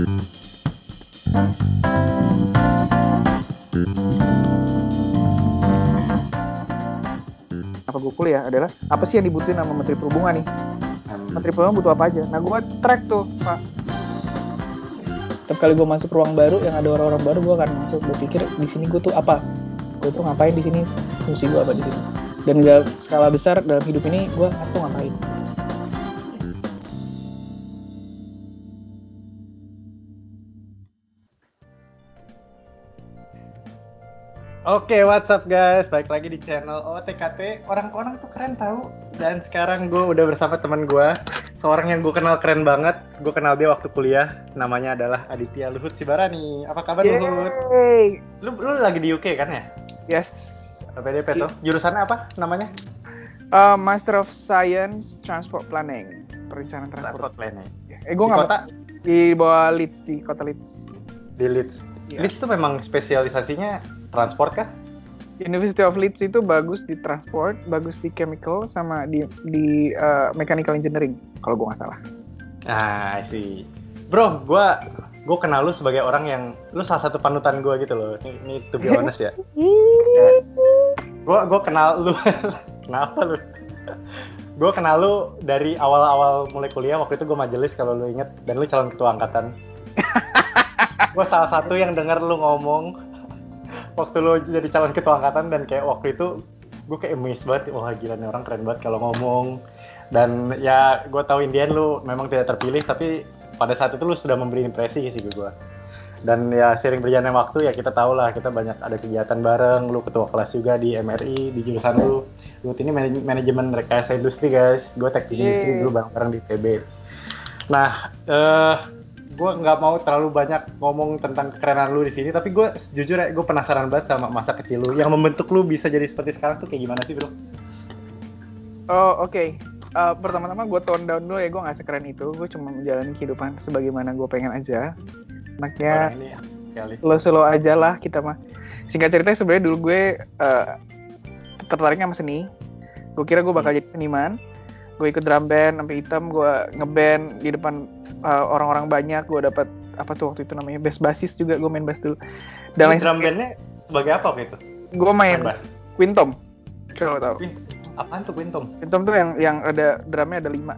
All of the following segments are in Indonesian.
Apa gue kuliah adalah apa sih yang dibutuhin sama Menteri Perhubungan nih? Menteri Perhubungan butuh apa aja? Nah gue track tuh Pak. Setiap kali gue masuk ruang baru yang ada orang-orang baru, gue akan masuk, gue pikir di sini gue tuh apa? Gue tuh ngapain di sini? Fungsi gue apa di sini? Dan gak skala besar dalam hidup ini gue tuh ngapain? Oke, what's up guys? Balik lagi di channel OTKT. Orang-orang tuh keren tahu. Dan sekarang gue udah bersama teman gue, seorang yang gue kenal keren banget. Gue kenal dia waktu kuliah. Namanya adalah Aditya Luhut Sibarani. Apa kabar Luhut? Lu lagi di UK kan ya? Yes. PDP tuh. Jurusannya apa namanya? Master of Science Transport Planning. Perencanaan transport. Planning. Gue di nggak kota? Di bawah Leeds, di kota Leeds. Di Leeds. Ya. Leeds tuh memang spesialisasinya transport kah? University of Leeds itu bagus di transport, bagus di chemical, sama di mechanical engineering kalau gue nggak salah. I see. Bro, gue kenal lu sebagai orang yang lu salah satu panutan gue gitu loh. Ini to be honest ya. Gue kenal lu. Kenapa lu? Gue kenal lu dari awal-awal mulai kuliah. Waktu itu gue majelis kalau lu inget, dan lu calon ketua angkatan. Gue salah satu yang denger lu ngomong waktu lu jadi calon ketua angkatan, dan kayak waktu itu gue kayak amazed banget. Wah gila nih orang keren banget kalau ngomong. Dan ya gue tahu Indian lu memang tidak terpilih, tapi pada saat itu lu sudah memberi impresi sih ke gue. Dan ya sering berjalannya waktu ya kita tahu lah, kita banyak ada kegiatan bareng. Lu ketua kelas juga di MRI, di jurusan lu. Lu ini manajemen rekayasa industri guys. Gue teknik industri dulu bareng-bareng di ITB. Nah, gue nggak mau terlalu banyak ngomong tentang kekerenan lu di sini, tapi gue jujur ya, gue penasaran banget sama masa kecil lu yang membentuk lu bisa jadi seperti sekarang tuh kayak gimana sih bro? Oh oke. Pertama-tama gue tone down dulu ya, gue nggak sekeren itu. Gue cuma menjalani kehidupan sebagaimana gue pengen aja. Makanya lo slow aja lah kita mah. Singkat cerita sebenarnya dulu gue tertariknya sama seni. Gue kira gue bakal jadi seniman. Gue ikut drum band sampai hitam, gue ngeband di depan orang-orang banyak. Gue dapat apa tuh waktu itu namanya bass juga, gue main bass dulu. Dan drum bandnya sebagai apa waktu itu? Gue main bass. Quintom, kalau tahu. Apaan tuh Quintom? Quintom tuh yang ada drumnya ada 5.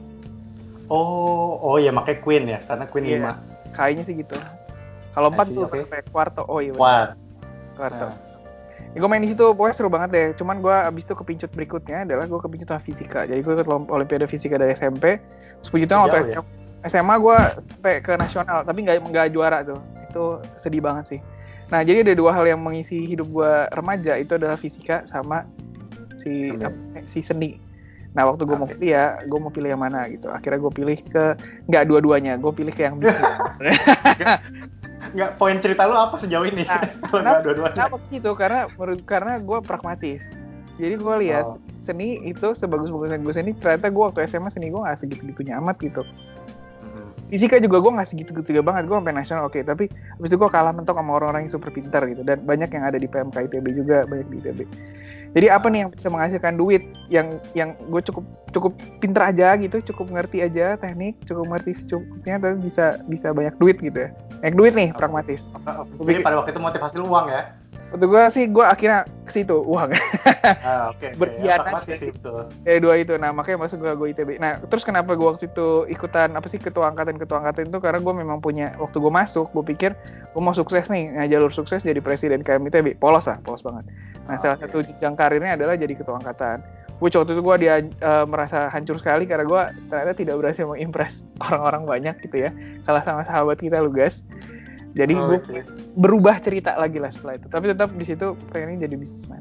Oh ya makanya Queen ya, karena Queen 5. Kayaknya sih gitu. Kalau 4 tuh sampai Quarto. Oh iya benar. Quarto. Ya, gue main di situ, pokoknya seru banget deh. Cuman gue abis itu kepincut berikutnya adalah gue kepincut sama fisika. Jadi gue ikut Olimpiade Fisika dari SMP. Sepujutnya waktu SMA gue sampai ke nasional, tapi nggak juara tuh. Itu sedih banget sih. Nah jadi ada 2 hal yang mengisi hidup gue remaja, itu adalah fisika sama si seni. Nah waktu gue mau kuliah, gue mau pilih yang mana gitu. Akhirnya gue pilih ke nggak dua-duanya, gue pilih ke yang bisnis. Nggak, poin cerita lu apa sejauh ini? Kenapa gitu? Karena gue pragmatis. Jadi gue lihat seni itu sebagus-bagusnya gue seni, ternyata gue waktu SMA seni gue nggak segitu-gitunya amat gitu. Fisika juga gue nggak segitu-gitu banget, gue sampai nasional oke, tapi habis itu gue kalah mentok sama orang-orang yang super pintar gitu, dan banyak yang ada di PMK ITB juga, banyak di ITB. Jadi apa nih yang bisa menghasilkan duit, yang gue cukup pintar aja gitu, cukup ngerti aja teknik, cukup ngerti secukupnya, tapi bisa banyak duit gitu ya. Banyak duit nih, pragmatis. Jadi pada waktu itu motivasi lu uang ya? Untuk gue akhirnya ke situ, uang. Berkhianat sih betul. Ya 2 itu. Nah makanya masuk gue ITB. Nah terus kenapa gue waktu itu ikutan ketua angkatan itu karena gue memang punya, waktu gue masuk gue pikir gue mau sukses nih, nah jalur sukses jadi presiden KM ITB, polos banget. Nah salah satu jenjang karirnya adalah jadi ketua angkatan. Waktu itu gue merasa hancur sekali karena gue ternyata tidak berhasil mengimpress orang-orang banyak gitu ya, kalah sama sahabat kita Lugas. Jadi gue berubah cerita lagi lah setelah itu, tapi tetap di situ pengennya jadi businessman.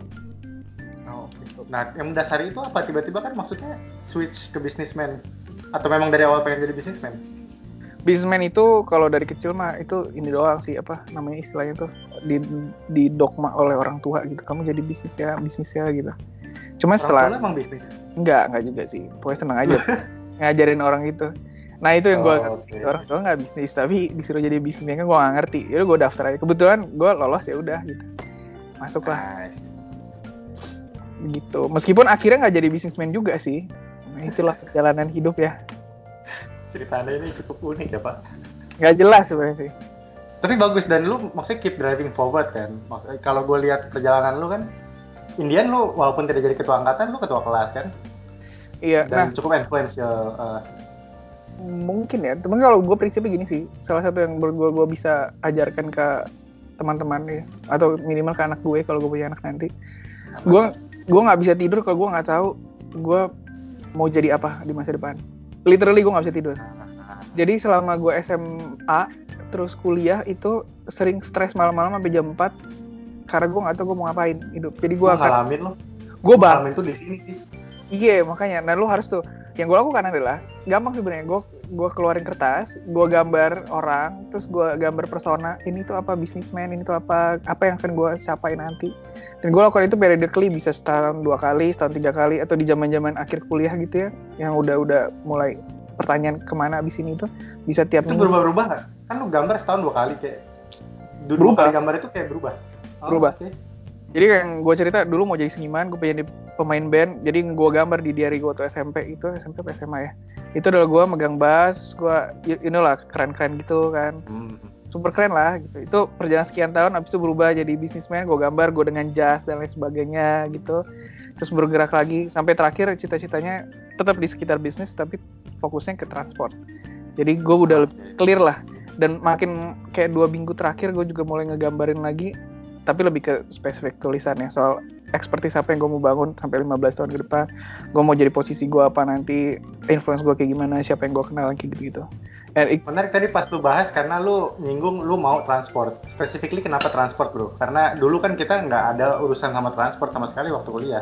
Nah, yang mendasari itu apa? Tiba-tiba kan maksudnya switch ke businessman? Atau memang dari awal pengen jadi businessman? Businessman itu kalau dari kecil mah itu ini doang sih, apa namanya istilahnya tuh, di dogma oleh orang tua gitu. Kamu jadi bisnis ya gitu. Cuma setelah emang bisnis? Enggak juga sih. Pokoknya seneng aja ngajarin orang gitu. Nah itu yang gue orang tua nggak bisnis, tapi disuruh jadi bisnismen kan gue nggak ngerti. Yaudah gue daftar aja. Kebetulan gue lolos ya udah gitu, masuklah. Gitu. Meskipun akhirnya nggak jadi bisnismen juga sih. Nah, itulah perjalanan hidup ya. Ceritanya ini cukup unik ya Pak. nggak jelas sebenarnya sih. Tapi bagus, dan lu maksudnya keep driving forward kan. Kalau gue lihat perjalanan lu kan, Indian lu walaupun tidak jadi ketua angkatan, lu ketua kelas kan. Iya. Dan cukup influential. Mungkin ya. Temen kalau gue prinsipnya gini sih. Salah satu yang gue bisa ajarkan ke teman-teman ya, atau minimal ke anak gue kalau gue punya anak nanti. Gue nggak bisa tidur kalau gue nggak tahu gue mau jadi apa di masa depan. Literally gue nggak bisa tidur. Jadi selama gue SMA terus kuliah itu sering stres malam-malam sampai jam 4 karena gue nggak tahu gue mau ngapain hidup. Jadi gue akan ngalamin lo. Gue ngalamin tuh di sini sih. Iya makanya. Nah lu harus tuh. Yang gue lakukan adalah gampang sebenarnya. Gue keluarin kertas, gue gambar orang, terus gue gambar persona. Ini tuh apa bisnismen, ini tuh apa yang akan gue capai nanti. Dan gue lakukan itu periodically, bisa setahun 2 kali, setahun 3 kali, atau di zaman akhir kuliah gitu ya, yang udah mulai pertanyaan kemana abis ini tuh bisa tiap itu minggu. Berubah nggak? Kan lu gambar setahun 2 kali kayak. Berubah. Kali gambar itu kayak berubah. Berubah. Okay. Jadi yang gue cerita dulu mau jadi seniman, gue pengen jadi pemain band, jadi gue gambar di diary gue waktu SMP atau SMA ya. Itu adalah gue megang bass, gue inilah keren-keren gitu kan. Super keren lah gitu. Itu perjalanan sekian tahun, abis itu berubah jadi bisnismen, gue gambar, gue dengan jazz dan lain sebagainya gitu. Terus bergerak lagi sampai terakhir cita-citanya tetap di sekitar bisnis tapi fokusnya ke transport. Jadi gue udah clear lah. Dan makin kayak 2 minggu terakhir gue juga mulai ngegambarin lagi, tapi lebih ke spesifik tulisannya soal expertise apa yang gue mau bangun sampai 15 tahun ke depan. Gue mau jadi posisi gue apa nanti, influence gue kayak gimana, siapa yang gue kenal kayak gitu-gitu. Menarik tadi pas lu bahas karena lu nyinggung lu mau transport. Specifically kenapa transport bro? Karena dulu kan kita nggak ada urusan sama transport sama sekali waktu kuliah.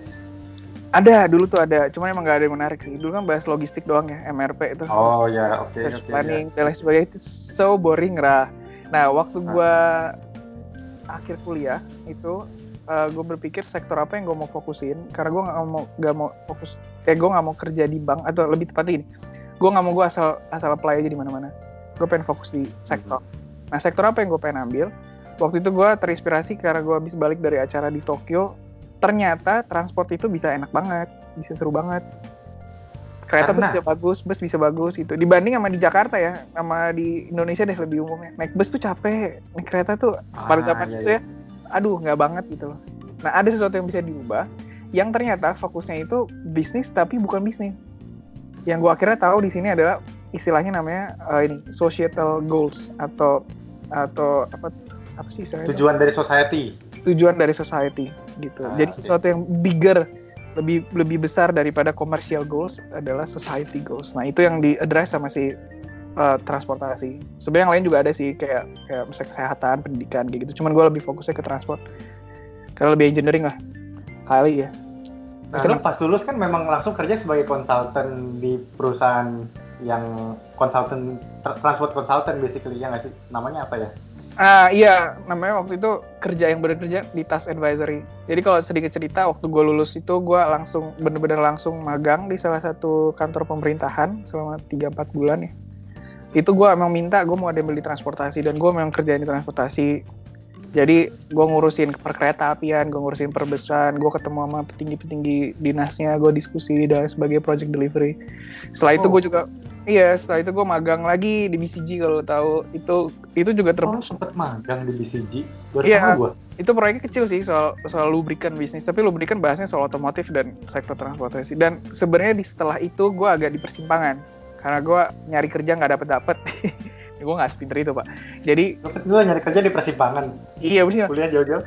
Dulu tuh ada, cuman emang nggak ada yang menarik sih. Dulu kan bahas logistik doang ya, MRP itu. Oh ya, oke. Planning dan lain sebagainya, itu so boring lah. Nah waktu gue akhir kuliah itu, gue berpikir sektor apa yang gue mau fokusin, karena gue nggak mau fokus, gue nggak mau kerja di bank, atau lebih tepatnya gini, gue nggak mau gue asal apply aja di mana-mana. Gue pengen fokus di sektor. Nah sektor apa yang gue pengen ambil? Waktu itu gue terinspirasi karena gue habis balik dari acara di Tokyo. Ternyata transport itu bisa enak banget, bisa seru banget. Kereta tuh bisa bagus, bus bisa bagus gitu. Dibanding sama di Jakarta ya, sama di Indonesia deh lebih umumnya. Naik bus tuh capek, naik kereta tuh pada zaman itu ya, aduh nggak banget gitu loh. Nah ada sesuatu yang bisa diubah, yang ternyata fokusnya itu bisnis tapi bukan bisnis. Yang gue akhirnya tahu di sini adalah istilahnya namanya societal goals atau apa sih istilahnya? Tujuan dari society. Tujuan dari society gitu. Jadi sesuatu yang bigger, lebih besar daripada commercial goals adalah society goals. Nah itu yang di-address sama si transportasi. Sebenarnya yang lain juga ada sih kayak misalnya kesehatan, pendidikan kayak gitu. Cuman gue lebih fokusnya ke transport. Karena lebih engineering lah kali ya. Nah, lu pas lulus kan memang langsung kerja sebagai konsultan di perusahaan yang konsultan, transport konsultan basically, ya nggak sih? Namanya apa ya? Iya, namanya waktu itu yang bekerja di Task Advisory. Jadi kalau sedikit cerita, waktu gue lulus itu gue bener-bener langsung magang di salah satu kantor pemerintahan selama 3-4 bulan ya. Itu gue emang minta, gue mau ambil di transportasi, dan gue memang kerjain di transportasi. Jadi gue ngurusin perkereta apian, gue ngurusin perbesaran, gue ketemu sama petinggi-petinggi dinasnya, gue diskusi dan sebagai project delivery. Setelah itu gue juga setelah itu gue magang lagi di BCG, kalau tahu. Itu juga sempet magang di BCG? Iya, itu proyeknya kecil sih, soal lubrikan bisnis, tapi lubrikan bahasnya soal otomotif dan sektor transportasi. Dan sebenarnya setelah itu gue agak di persimpangan, karena gue nyari kerja nggak dapet. Gue nggak sepinter itu pak. Jadi gue nyari kerja di persimpangan. Iya benar. Kuliah jauh-jauh.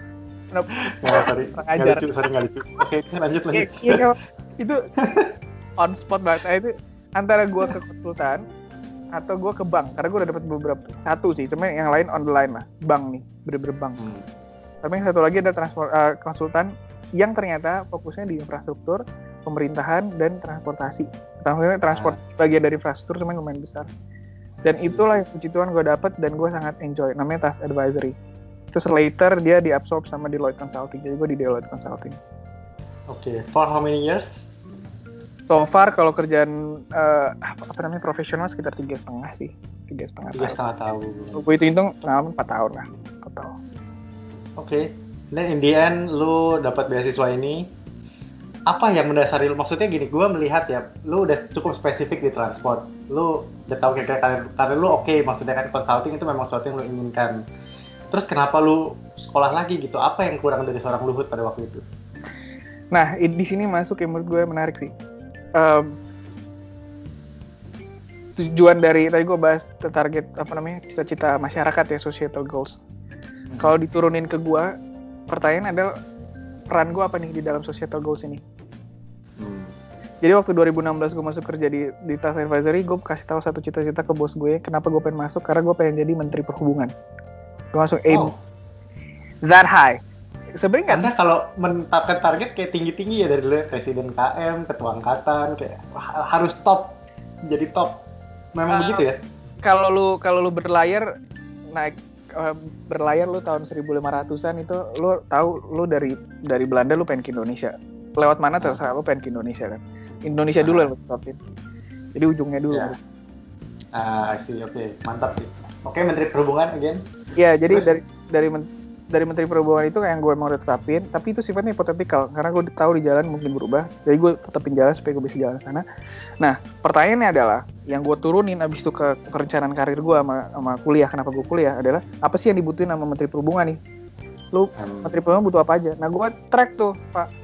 Nggak lucu. Oke, lanjut. Iya, itu on spot banget. Itu antara gue ke konsultan atau gue ke bank, karena gue udah dapet beberapa, satu sih, cuma yang lain on the line lah, bank nih, bener-bener bank. Tapi yang satu lagi ada konsultan yang ternyata fokusnya di infrastruktur, pemerintahan, dan transportasi. Transport bagian dari infrastruktur, cuma lumayan besar. Dan itulah yang puji Tuhan gue dapet dan gue sangat enjoy. Namanya Task Advisory. Terus later dia diabsorb sama Deloitte Consulting. Jadi gue di Deloitte Consulting. Oke. For how many years? So far kalau kerjaan profesional sekitar 3,5 sih. 3,5 tahun. Gue hitung pengalaman 4 tahun lah total. Oke. Dan in the end lu dapat beasiswa ini. apa yang mendasari lu? Maksudnya gini, gue melihat ya, lu udah cukup spesifik di transport. Lu udah tahu kira-kira karir lu oke, maksudnya kan consulting itu memang sesuatu yang lu inginkan. Terus kenapa lu sekolah lagi gitu? Apa yang kurang dari seorang Luhut pada waktu itu? Nah, di sini masuk yang menurut gue menarik sih. Tujuan dari tadi gue bahas target cita-cita masyarakat ya, societal goals. Kalau diturunin ke gue, pertanyaan adalah peran gue apa nih di dalam societal goals ini? Jadi waktu 2016 gue masuk kerja di Task Advisory, gue kasih tahu satu cita-cita ke bos gue. Kenapa gue pengen masuk? Karena gue pengen jadi Menteri Perhubungan. Gue langsung aim that high. Sebenarnya Anda kalau menetapkan target kayak tinggi-tinggi ya, dari dulu Presiden KM, Ketua Angkatan, kayak harus top, jadi top. Memang begitu ya? Kalau lu berlayar naik berlayar lu tahun 1500-an itu lu tahu lu dari Belanda lu pengen ke Indonesia. Lewat mana terserah lu pengen ke Indonesia kan. Indonesia dulu yang lu tetapin. Jadi ujungnya dulu. Ya. Oke. Mantap sih. Oke, Menteri Perhubungan again. Iya, jadi dari Menteri Perhubungan itu yang gue mau tetapin, tapi itu sifatnya hipotetikal karena gue tahu di jalan mungkin berubah. Jadi gue tetapin jalan supaya gue bisa jalan sana. Nah, pertanyaannya adalah yang gue turunin abis itu ke perencanaan karir gue sama kuliah, kenapa gue kuliah adalah apa sih yang dibutuhin sama Menteri Perhubungan nih? Lu Menteri Perhubungan butuh apa aja? Nah, gue track tuh, Pak.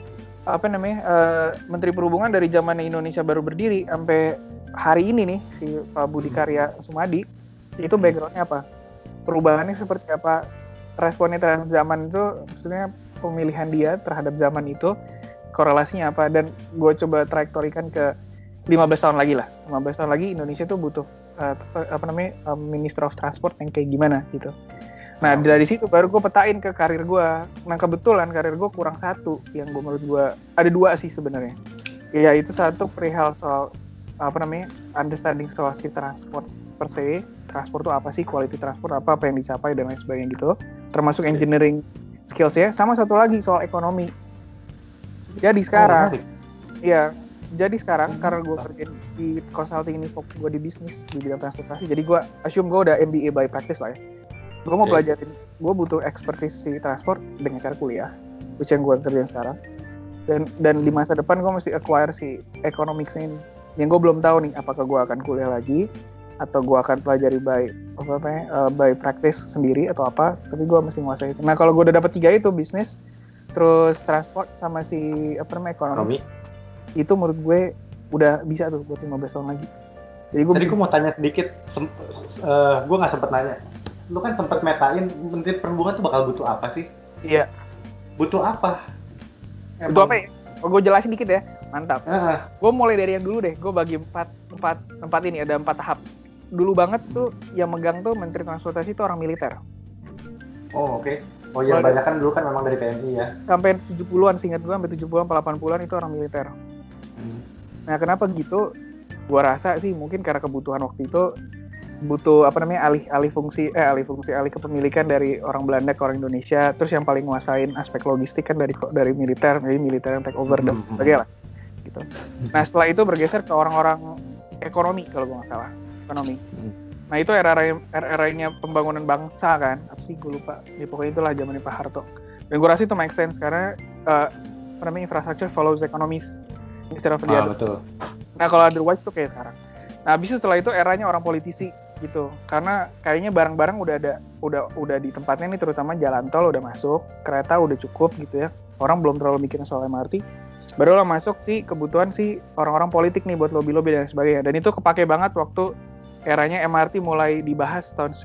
Menteri Perhubungan dari zaman Indonesia baru berdiri sampai hari ini nih si Pak Budi Karya Sumadi itu backgroundnya apa, perubahannya seperti apa, responnya terhadap zaman itu, maksudnya pemilihan dia terhadap zaman itu korelasinya apa, dan gue coba trajektorikan ke 15 tahun lagi lah. 15 tahun lagi Indonesia tuh butuh Minister of Transport yang kayak gimana gitu. Nah, dari situ baru gue petain ke karir gue. Nah, kebetulan karir gue kurang satu. Yang gue menurut gue ada dua sih sebenarnya. Ya, itu satu perihal soal understanding soal si transport per se. Transport itu apa sih, quality transport apa yang dicapai dan lain sebagainya gitu. Termasuk engineering skills ya. Sama satu lagi soal ekonomi. Jadi sekarang, karena gue kerja di consulting ini, fokus gue di bisnis di bidang transportasi. Jadi gue assume gue udah MBA by practice lah ya. Gue mau pelajarin, gue butuh expertise si transport dengan cara kuliah, which yang gue kerjain sekarang. Dan di masa depan gue mesti acquire si economics ini. Yang gue belum tahu nih, apakah gue akan kuliah lagi atau gue akan pelajari by practice sendiri atau apa. Tapi gue mesti nguasai itu. Nah, kalau gue udah dapet 3 itu, bisnis, terus transport sama si ekonomi, itu menurut gue udah bisa tuh buat 15 tahun lagi. Jadi gue mau tanya sedikit, gue nggak sempet nanya. Lu kan sempet metain Menteri Perhubungan tuh bakal butuh apa sih? Iya. Butuh apa? Butuh apa ya? Gue jelasin dikit ya. Mantap. Gue mulai dari yang dulu deh. Gue bagi 4 ini, ada 4 tahap. Dulu banget tuh yang megang tuh Menteri Transportasi itu orang militer. Oh, oke. Oh iya, banyak kan dulu kan memang dari TNI ya. Sampai 70-an, seingat gue sampai 70-an, 80-an itu orang militer. Nah, kenapa gitu? Gue rasa sih mungkin karena kebutuhan waktu itu butuh alih kepemilikan dari orang Belanda ke orang Indonesia, terus yang paling nguasain aspek logistik kan dari militer, jadi militer yang take over dan sebagainya lah gitu. Nah, setelah itu bergeser ke orang-orang ekonomi, kalau gue nggak salah, ekonomi. Nah, itu era-eranya pembangunan bangsa kan, apa sih gue lupa ya, pokoknya itulah zamannya Pak Harto, dan gue rasa itu make sense karena infrastructure follows economies instead of the other. Betul. Nah, kalau otherwise tuh kayak sekarang. Nah, habis itu setelah itu eranya orang politisi gitu, karena kayaknya barang-barang udah di tempatnya nih, terutama jalan tol udah masuk, kereta udah cukup gitu ya, orang belum terlalu mikirin soal MRT, barulah masuk sih kebutuhan sih orang-orang politik nih buat lobby-lobby dan sebagainya. Dan itu kepake banget waktu eranya MRT mulai dibahas tahun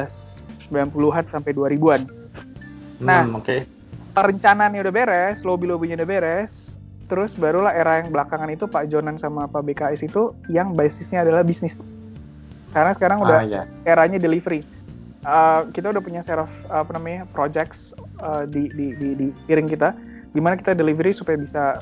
1990-an sampai 2000-an. Nah, perencanaannya udah beres, lobby-lobbynya udah beres, terus barulah era yang belakangan itu Pak Jonan sama Pak BKS itu yang basisnya adalah bisnis. Karena sekarang udah eranya delivery. Kita udah punya set of projects di piring kita, dimana kita delivery supaya bisa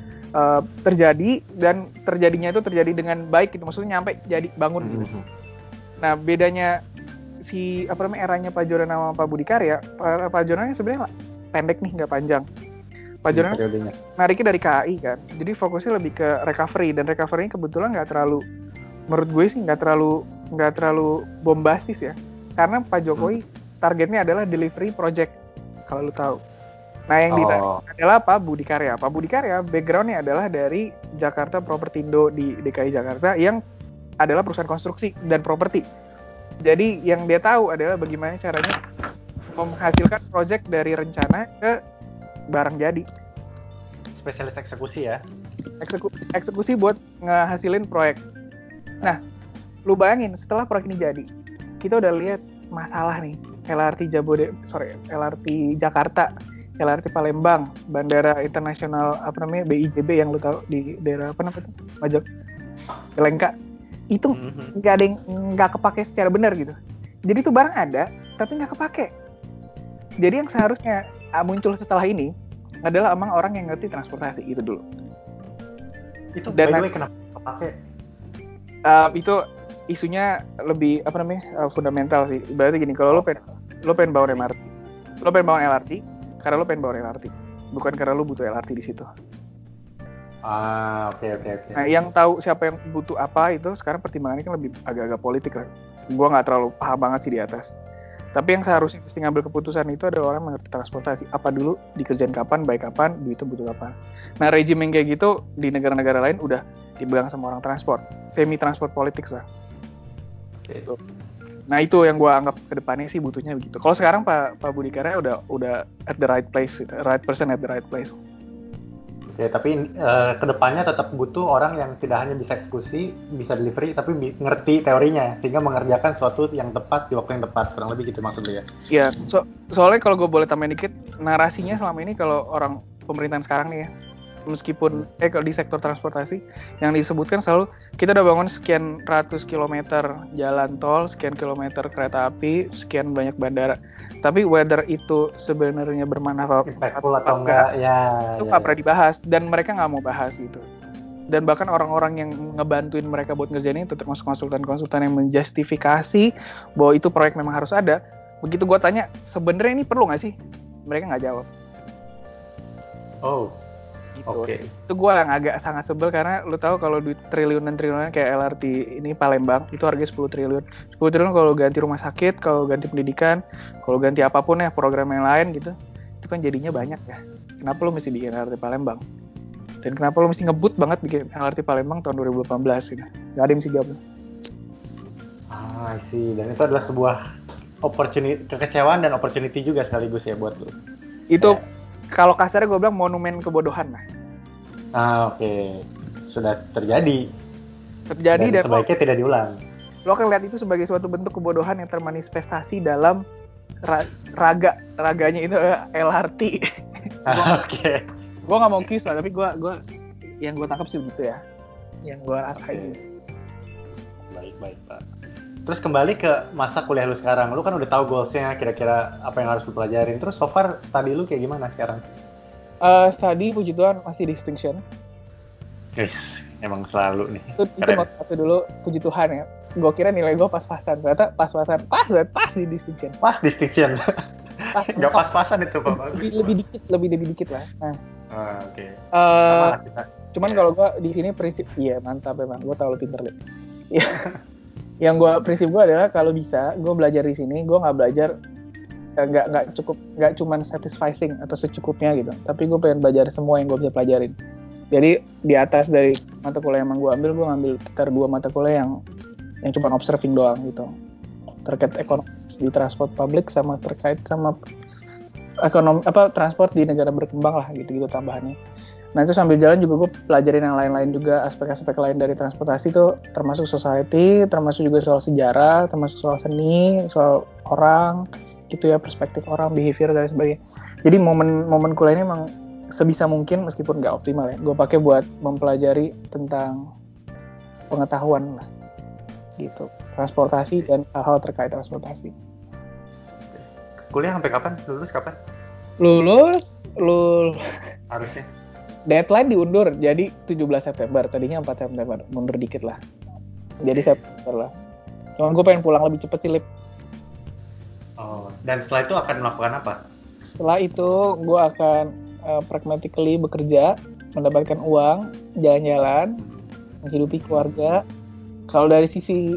terjadi, dan terjadinya itu terjadi dengan baik gitu, maksudnya nyampe jadi bangun gitu. Nah, bedanya si eranya Pak Jonan sama Pak Budi Karya, Pak Jonan sebenarnya pendek nih, nggak panjang. Pak Jonan nariknya dari KAI kan, jadi fokusnya lebih ke recovery, dan recovery-nya kebetulan menurut gue sih nggak terlalu bombastis ya, karena Pak Jokowi targetnya adalah delivery project, kalau lu tahu. Nah, yang ditanya adalah Pak Budi Karya. Pak Budi Karya background-nya adalah dari Jakarta Propertindo di DKI Jakarta yang adalah perusahaan konstruksi dan properti. Jadi yang dia tahu adalah bagaimana caranya menghasilkan proyek dari rencana ke barang jadi. Spesialis eksekusi ya? Eksekusi buat ngehasilin proyek. Nah, lu bayangin setelah proyek ini jadi, kita udah lihat masalah nih, LRT Jakarta, LRT Palembang, Bandara Internasional BIJB yang lu tahu di daerah Majalengka, itu nggak kepake secara benar gitu. Jadi itu barang ada, tapi nggak kepake. Jadi yang seharusnya muncul setelah ini adalah emang orang yang ngerti transportasi itu dulu. Itu by the way kenapa kepake? Itu isunya lebih fundamental sih. Berarti gini, kalau lo pengen bangun MRT, lo pengen bangun LRT karena lo pengen bangun LRT, bukan karena lo butuh LRT di situ. Oke. Nah, yang tahu siapa yang butuh apa itu sekarang pertimbangannya kan lebih agak-agak politik lah. Gua nggak terlalu paham banget sih di atas. Tapi yang seharusnya mesti ngambil keputusan itu adalah orang yang mengerti transportasi. Apa dulu dikerjain kapan, baik kapan, duitnya butuh kapan. Nah, rejim yang kayak gitu di negara-negara lain udah dipegang sama orang transport, semi transport politics lah. Gitu. Nah, itu yang gue anggap kedepannya sih butuhnya begitu. Kalau sekarang Pak Budi Karya udah at the right place, right person at the right place. Oke, tapi kedepannya tetap butuh orang yang tidak hanya bisa eksekusi, bisa delivery, tapi ngerti teorinya sehingga mengerjakan sesuatu yang tepat di waktu yang tepat, kurang lebih gitu maksudnya ya. Iya, soalnya kalau gue boleh tambahin dikit, narasinya selama ini kalau orang pemerintahan sekarang nih ya, meskipun kalau di sektor transportasi yang disebutkan selalu kita udah bangun sekian ratus kilometer jalan tol, sekian kilometer kereta api, sekian banyak bandara. Tapi whether itu sebenarnya bermanfaat atau enggak itu nggak pernah dibahas dan mereka nggak mau bahas gitu. Dan bahkan orang-orang yang ngebantuin mereka buat ngerjain itu termasuk konsultan-konsultan yang menjustifikasi bahwa itu proyek memang harus ada. Begitu gue tanya sebenarnya ini perlu nggak sih, mereka nggak jawab. Gitu. Okay. Itu gue yang agak sangat sebel karena lu tahu kalau duit triliunan kayak LRT ini Palembang itu harganya 10 triliun. 10 triliun kalau ganti rumah sakit, kalau ganti pendidikan, kalau ganti apapun ya program yang lain gitu, itu kan jadinya banyak ya. Kenapa lu mesti bikin LRT Palembang? Dan kenapa lu mesti ngebut banget bikin LRT Palembang tahun 2018 gitu? Gak ada yang mesti jawab. I see. Dan itu adalah sebuah opportunity, kekecewaan dan opportunity juga sekaligus ya buat lu. Itu kalau kasarnya gue bilang monumen kebodohan lah. Oke. Sudah terjadi dan sebaiknya tidak diulang. Lo akan lihat itu sebagai suatu bentuk kebodohan yang termanifestasi dalam raganya itu LRT. Oke. Gue nggak mau kiss lah, tapi gue yang gue tangkap sih begitu ya, yang gue rasain. Baik Pak. Terus kembali ke masa kuliah lu sekarang, lu kan udah tahu goalsnya kira-kira apa yang harus lu pelajarin. Terus so far study lu kayak gimana sekarang? Study puji Tuhan masih distinction. Guys, emang selalu nih. Itu not satu dulu, puji Tuhan ya. Gue kira nilai gue pas-pasan, ternyata pas di distinction. Pas distinction. Gak pas-pasan itu Pak, bagus. Lebih dikit lah. Nah. Oke. Sama kita. Cuman kalau gue di sini prinsip, iya mantap emang, gue terlalu pinter deh. Yang prinsip gue adalah kalau bisa gue belajar di sini, gue nggak belajar nggak cuman satisfying atau secukupnya gitu, tapi gue pengen belajar semua yang gue bisa pelajarin. Jadi di atas dari mata kuliah yang gue ngambil sekitar 2 mata kuliah yang cuma observing doang gitu, terkait ekonomi di transport publik sama terkait sama ekonomi transport di negara berkembang lah gitu tambahannya. Nah itu sambil jalan juga gue pelajarin yang lain-lain juga, aspek-aspek lain dari transportasi itu termasuk society, termasuk juga soal sejarah, termasuk soal seni, soal orang gitu ya, perspektif orang, behavior dan sebagainya. Jadi momen kuliah ini memang sebisa mungkin meskipun nggak optimal ya, gue pakai buat mempelajari tentang pengetahuan lah gitu, transportasi dan hal-hal terkait transportasi. Kuliah sampai kapan? Lulus kapan? Lulus harusnya. Deadline diundur jadi 17 September, tadinya 4 September, mundur dikit lah. Jadi September lah. Cuman gue pengen pulang lebih cepet sih, Lip. Dan setelah itu akan melakukan apa? Setelah itu gue akan pragmatically bekerja, mendapatkan uang, jalan-jalan, menghidupi keluarga. Kalau dari sisi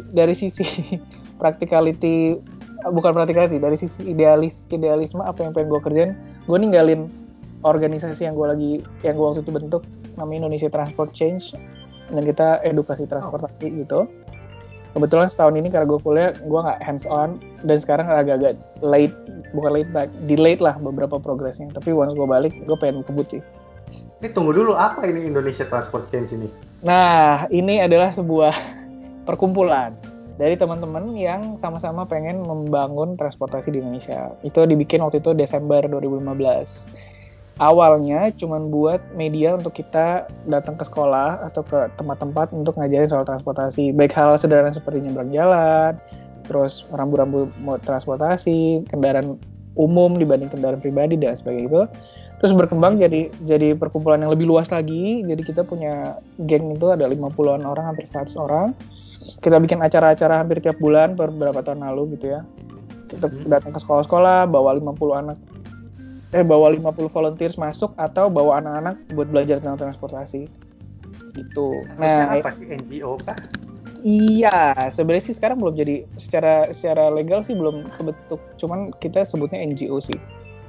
practicality, bukan practicality, dari sisi idealisme apa yang pengen gue kerjain, gue ninggalin organisasi yang gue waktu itu bentuk namanya Indonesia Transport Change, dan kita edukasi transportasi gitu. Kebetulan setahun ini karena gue kuliah, gue nggak hands on, dan sekarang agak-agak delayed lah beberapa progresnya. Tapi once gue balik, gue pengen kebut sih. Ini tunggu dulu, apa ini Indonesia Transport Change ini? Nah, ini adalah sebuah perkumpulan dari teman-teman yang sama-sama pengen membangun transportasi di Indonesia. Itu dibikin waktu itu Desember 2015. Awalnya cuman buat media untuk kita datang ke sekolah atau ke tempat-tempat untuk ngajarin soal transportasi. Baik hal sederhana seperti nyebrang jalan, terus rambu-rambu transportasi, kendaraan umum dibanding kendaraan pribadi dan sebagainya itu. Terus berkembang jadi perkumpulan yang lebih luas lagi. Jadi kita punya geng itu ada 50-an orang, hampir 100 orang. Kita bikin acara-acara hampir tiap bulan beberapa tahun lalu gitu ya. Kita datang ke sekolah-sekolah, bawa 50 volunteers masuk atau bawa anak-anak buat belajar tentang transportasi. Gitu. Nah, apa sih NGO kah? Iya, sebenarnya sih sekarang belum jadi secara legal sih belum kebentuk. Cuman kita sebutnya NGO sih.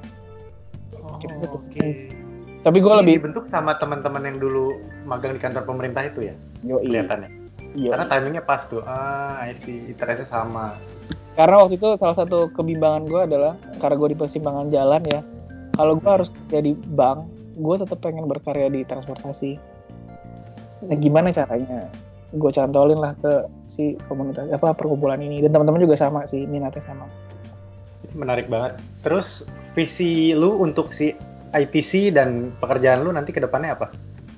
Oke. Tapi gue lebih dibentuk sama teman-teman yang dulu magang di kantor pemerintah itu ya? Kelihatannya. Karena timingnya pas tuh. I see. Interestnya sama. Karena waktu itu salah satu kebimbangan gue adalah karena gue di persimpangan jalan ya. Kalau gue harus jadi bank, gue tetap pengen berkarya di transportasi. Nah, gimana caranya? Gue cantolin lah ke si komunitas perkumpulan ini, dan teman-teman juga sama sih, minatnya sama. Menarik banget. Terus visi lu untuk si ITC dan pekerjaan lu nanti ke depannya apa?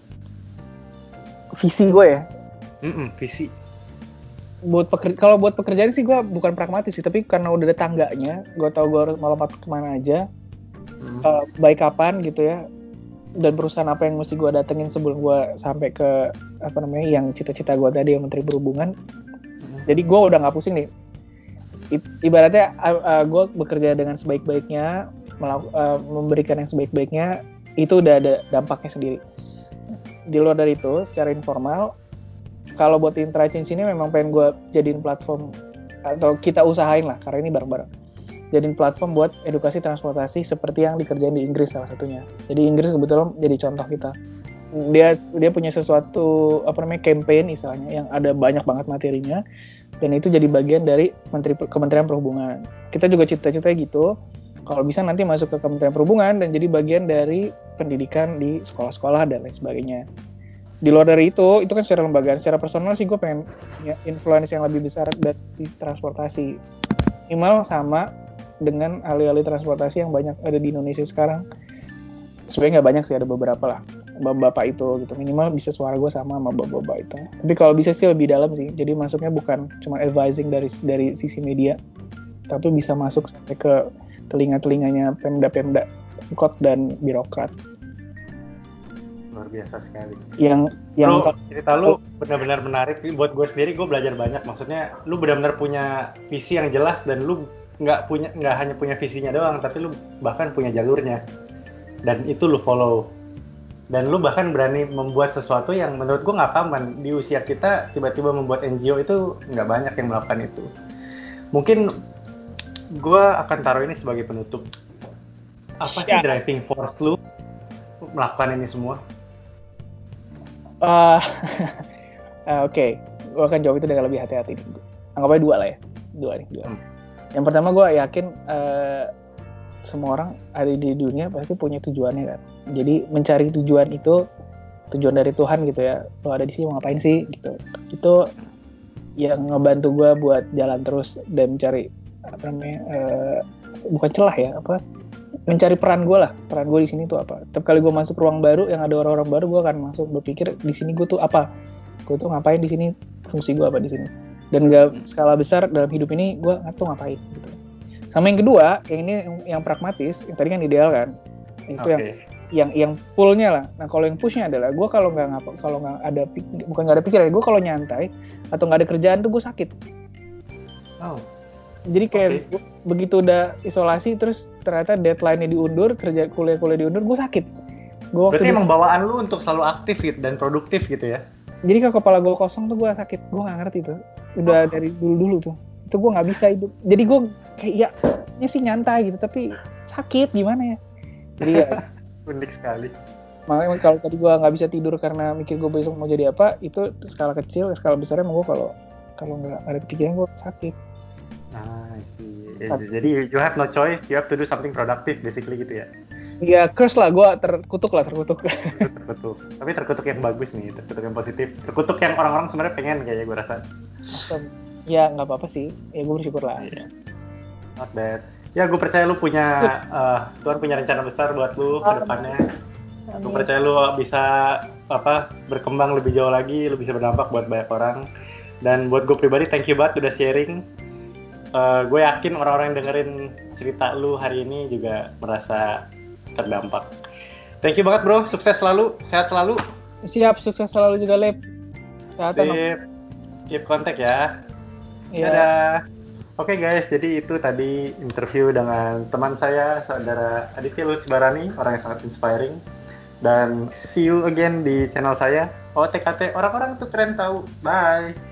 Visi gue ya? Visi. Kalau buat pekerjaan sih gue bukan pragmatis sih, tapi karena udah ada tangganya, gue tahu gue harus melompat kemana aja, baik kapan gitu ya, dan perusahaan apa yang mesti gue datengin sebelum gue sampai ke yang cita-cita gue tadi yang Menteri Perhubungan. Jadi gue udah nggak pusing nih. Ibaratnya gue bekerja dengan sebaik-baiknya, memberikan yang sebaik-baiknya, itu udah ada dampaknya sendiri. Di luar dari itu, secara informal, kalau buat Intrachange ini memang pengen gue jadiin platform, atau kita usahain lah, karena ini bareng-bareng, jadiin platform buat edukasi transportasi seperti yang dikerjain di Inggris salah satunya. Jadi Inggris kebetulan jadi contoh kita. Dia punya sesuatu campaign istilahnya yang ada banyak banget materinya, dan itu jadi bagian dari Kementerian Perhubungan. Kita juga cita-citanya gitu, kalau bisa nanti masuk ke Kementerian Perhubungan dan jadi bagian dari pendidikan di sekolah-sekolah dan lain sebagainya. Di luar dari itu kan secara lembaga, secara personal sih gue pengen influence yang lebih besar dari transportasi, minimal sama dengan alih-alih transportasi yang banyak ada di Indonesia sekarang. Sebenarnya nggak banyak sih, ada beberapa lah bapak itu gitu, minimal bisa suara gue sama bapak-bapak itu. Tapi kalau bisa sih lebih dalam sih, jadi masuknya bukan cuma advising dari sisi media, tapi bisa masuk sampai ke telinga-telinganya pemda kot dan birokrat. Luar biasa sekali. Yang cerita lu benar-benar menarik. Buat gue sendiri, gue belajar banyak. Maksudnya lu benar-benar punya visi yang jelas, dan lu nggak hanya punya visinya doang, tapi lu bahkan punya jalurnya, dan itu lu follow. Dan lu bahkan berani membuat sesuatu yang menurut gue nggak common. Di usia kita tiba-tiba membuat NGO itu nggak banyak yang melakukan itu. Mungkin gue akan taruh ini sebagai penutup. Apa sih driving force lu melakukan ini semua? Oke. Gue akan jawab itu dengan lebih hati-hati. Anggapnya dua nih. Yang pertama, gue yakin semua orang ada di dunia pasti punya tujuannya kan. Jadi mencari tujuan dari Tuhan gitu ya. Lo ada di sini mau ngapain sih gitu. Itu yang ngebantu gue buat jalan terus dan mencari bukan celah ya, mencari peran gue di sini tuh apa. Setiap kali gue masuk ruang baru yang ada orang-orang baru, gue akan masuk berpikir di sini gue tuh apa, gue tuh ngapain di sini, fungsi gue apa di sini. Dan gak skala besar dalam hidup ini gue tuh ngapain gitu. Sama yang kedua, yang ini yang pragmatis, yang tadi kan ideal kan, itu yang pull-nya lah. Nah kalau yang push-nya adalah gue kalau nggak ada pikiran, gue kalau nyantai atau nggak ada kerjaan tuh gue sakit. Jadi kayak begitu udah isolasi terus ternyata deadline-nya diundur, kuliah diundur, gue sakit. Berarti emang bawaan lu untuk selalu aktif gitu dan produktif gitu ya? Jadi kalau kepala gue kosong tuh gue sakit, gue nggak ngerti tuh. Udah dari dulu tuh. Itu gue nggak bisa hidup. Jadi gue kayak ya sih nyantai gitu, tapi sakit gimana ya. Jadi ya Unik sekali. Makanya kalau tadi gue nggak bisa tidur karena mikir gue besok mau jadi apa, itu skala kecil, skala besarnya mau gue kalau nggak ada pikiran gue sakit. Jadi you have no choice, you have to do something productive basically gitu ya. Iya, curse lah, gue terkutuk. Terkutuk. Tapi terkutuk yang bagus nih, terkutuk yang positif. Terkutuk yang orang-orang sebenarnya pengen kayaknya gue rasa. Ya nggak apa-apa sih, ya gue bersyukur lah. Yeah. Not bad. Ya gue percaya lu punya, Tuhan punya rencana besar buat lu ke depannya. Gue percaya lu bisa berkembang lebih jauh lagi, lu bisa berdampak buat banyak orang. Dan buat gue pribadi, thank you banget udah sharing. Gue yakin orang-orang yang dengerin cerita lu hari ini juga merasa terdampak. Thank you banget bro, sukses selalu, sehat selalu. Siap, sukses selalu juga Lep. Sip, keep kontak ya. Yeah. Dadah. Oke guys, jadi itu tadi interview dengan teman saya, saudara Aditya Lutz-Barani, orang yang sangat inspiring. Dan see you again di channel saya, OTKT, orang-orang tuh keren tahu. Bye.